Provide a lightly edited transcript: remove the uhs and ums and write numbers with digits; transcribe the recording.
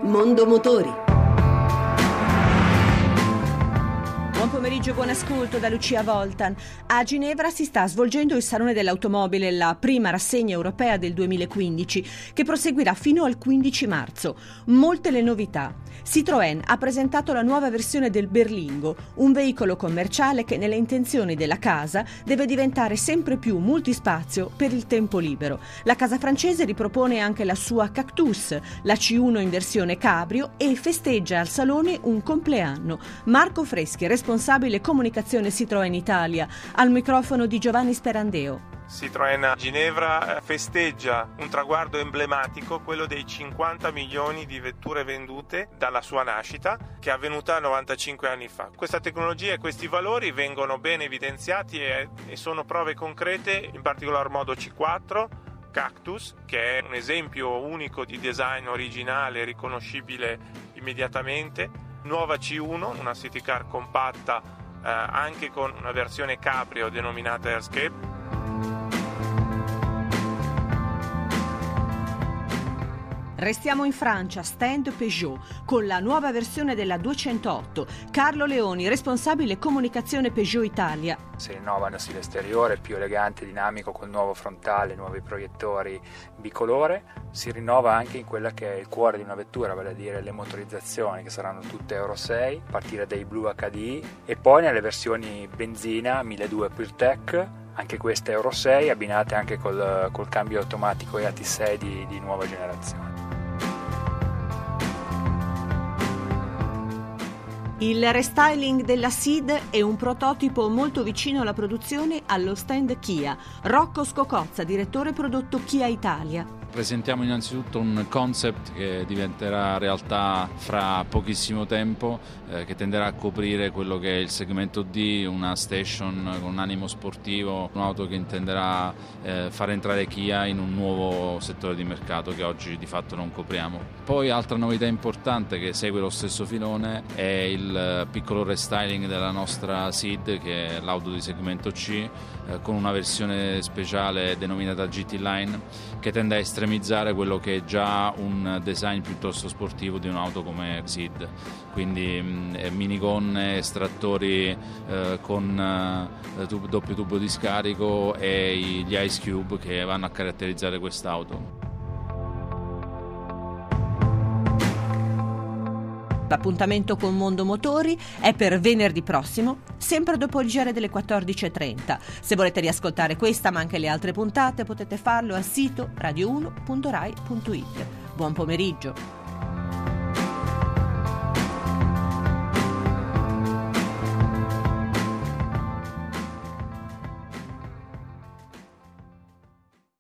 Mondo Motori. Buon pomeriggio e buon ascolto da Lucia Voltan. A Ginevra si sta svolgendo il Salone dell'Automobile, la prima rassegna europea del 2015, che proseguirà fino al 15 marzo. Molte le novità. Citroën ha presentato la nuova versione del Berlingo, un veicolo commerciale che nelle intenzioni della casa deve diventare sempre più multispazio per il tempo libero. La casa francese ripropone anche la sua Cactus, la C1 in versione cabrio, e festeggia al Salone un compleanno. Marco Freschi, responsabile comunicazione Citroën Italia, al microfono di Giovanni Sperandeo. Citroën Ginevra festeggia un traguardo emblematico, quello dei 50 milioni di vetture vendute dalla sua nascita, che è avvenuta 95 anni fa. Questa tecnologia e questi valori vengono ben evidenziati e sono prove concrete, in particolar modo C4, Cactus, che è un esempio unico di design originale, riconoscibile immediatamente, nuova C1, una city car compatta anche con una versione cabrio denominata Airscape. Restiamo in Francia, stand Peugeot, con la nuova versione della 208. Carlo Leoni, responsabile comunicazione Peugeot Italia. Si rinnova il stile esteriore, più elegante, dinamico, col nuovo frontale, nuovi proiettori bicolore. Si rinnova anche in quella che è il cuore di una vettura, vale a dire le motorizzazioni, che saranno tutte Euro 6, a partire dai Blue HDI, e poi nelle versioni benzina 1200 PureTech, anche queste Euro 6, abbinate anche col cambio automatico EAT6 di nuova generazione. Il restyling della Ceed è un prototipo molto vicino alla produzione allo stand Kia. Rocco Scocozza, direttore prodotto Kia Italia. Presentiamo innanzitutto un concept che diventerà realtà fra pochissimo tempo, che tenderà a coprire quello che è il segmento D, una station con un animo sportivo, un'auto che intenderà far entrare Kia in un nuovo settore di mercato che oggi di fatto non copriamo. Poi altra novità importante che segue lo stesso filone è il piccolo restyling della nostra Ceed, che è l'auto di segmento C, con una versione speciale denominata GT Line, che tende a estremizzare quello che è già un design piuttosto sportivo di un'auto come Ceed, quindi minigonne, estrattori con doppio tubo di scarico e gli Ice Cube che vanno a caratterizzare quest'auto. L'appuntamento con Mondo Motori è per venerdì prossimo, sempre dopo il GR delle 14.30. Se volete riascoltare questa ma anche le altre puntate potete farlo al sito radio1.rai.it. Buon pomeriggio.